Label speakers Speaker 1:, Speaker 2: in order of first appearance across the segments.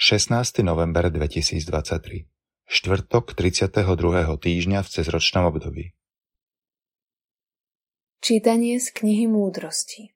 Speaker 1: 16. november 2023. Štvrtok 32. týždňa v cezročnom období.
Speaker 2: Čítanie z knihy Múdrosti.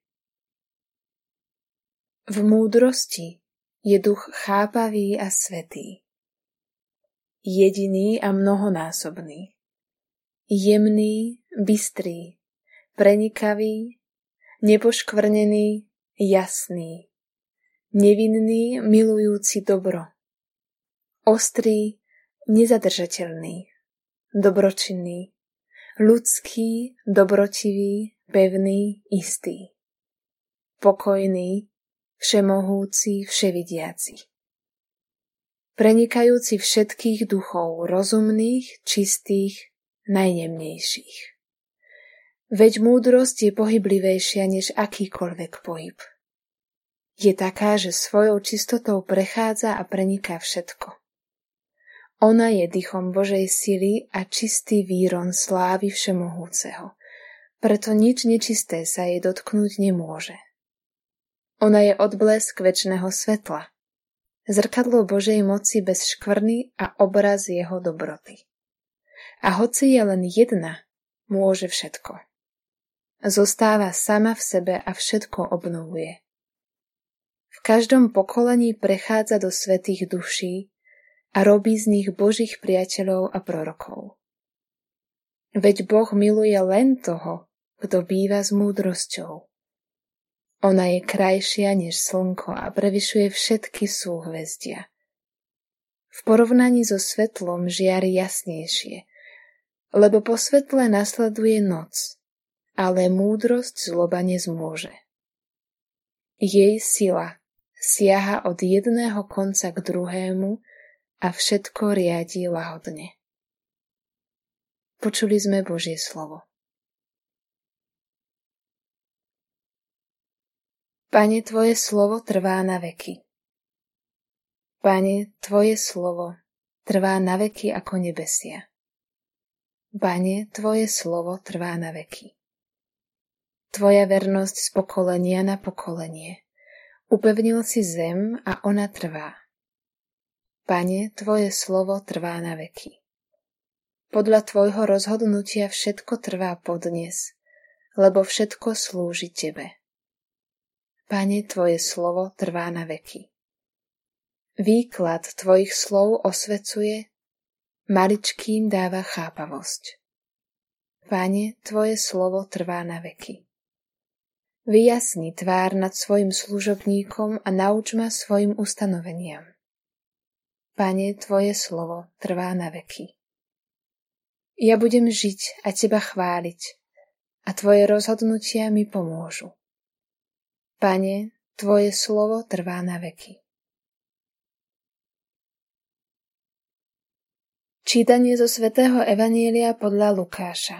Speaker 2: V múdrosti je duch chápavý a svätý, jediný a mnohonásobný, jemný, bystrý, prenikavý, nepoškvrnený, jasný, nevinný, milujúci dobro, ostrý, nezadržateľný, dobročinný, ľudský, dobrotivý, pevný, istý, pokojný, všemohúci, vševidiaci, prenikajúci všetkých duchov, rozumných, čistých, najjemnejších. Veď múdrosť je pohyblivejšia než akýkoľvek pohyb. Je taká, že svojou čistotou prechádza a preniká všetko. Ona je dychom Božej sily a čistý výron slávy Všemohúceho, preto nič nečisté sa jej dotknúť nemôže. Ona je odblesk večného svetla, zrkadlo Božej moci bez škvrny a obraz jeho dobroty. A hoci je len jedna, môže všetko. Zostáva sama v sebe a všetko obnovuje. V každom pokolení prechádza do svätých duší a robí z nich Božích priateľov a prorokov. Veď Boh miluje len toho, kto býva s múdrosťou. Ona je krajšia než slnko a prevyšuje všetky súhvezdia. V porovnaní so svetlom žiari jasnejšie, lebo po svetle nasleduje noc, ale múdrosť zloba nezmôže. Jej sila siaha od jedného konca k druhému a všetko riadi lahodne. Počuli sme Božie slovo. Pane, Tvoje slovo trvá na veky. Pane, Tvoje slovo trvá na veky ako nebesia. Pane, Tvoje slovo trvá na veky. Tvoja vernosť z pokolenia na pokolenie. Upevnil si zem a ona trvá. Pane, Tvoje slovo trvá na veky. Podľa Tvojho rozhodnutia všetko trvá podnes, lebo všetko slúži Tebe. Pane, Tvoje slovo trvá na veky. Výklad Tvojich slov osvecuje, maličkým dáva chápavosť. Pane, Tvoje slovo trvá na veky. Vyjasni tvár nad svojim služobníkom a nauč ma svojim ustanoveniam. Pane, Tvoje slovo trvá na veky. Ja budem žiť a Teba chváliť a Tvoje rozhodnutia mi pomôžu. Pane, Tvoje slovo trvá na veky. Čítanie zo svätého Evanjelia podľa Lukáša.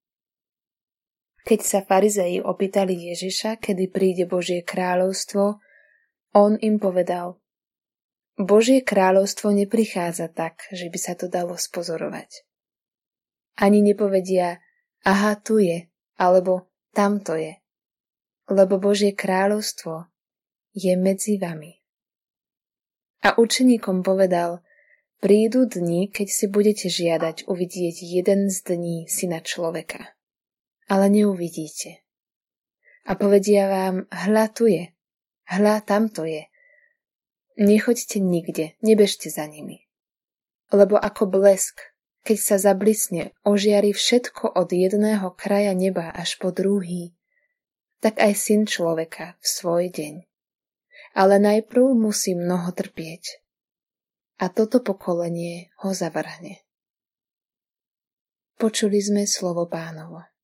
Speaker 2: Keď sa farizei opýtali Ježiša, kedy príde Božie kráľovstvo, on im povedal: Božie kráľovstvo neprichádza tak, že by sa to dalo spozorovať. Ani nepovedia: aha, tu je, alebo tamto je. Lebo Božie kráľovstvo je medzi vami. A učeníkom povedal: prídu dni, keď si budete žiadať uvidieť jeden z dní Syna človeka, ale neuvidíte. A povedia vám: hľa tu je, hľa tamto je. Nechoďte nikde, nebežte za nimi. Lebo ako blesk, keď sa zablisne, ožiari všetko od jedného kraja neba až po druhý, tak aj Syn človeka v svoj deň. Ale najprv musí mnoho trpieť. A toto pokolenie ho zavrhne. Počuli sme slovo Pánovo.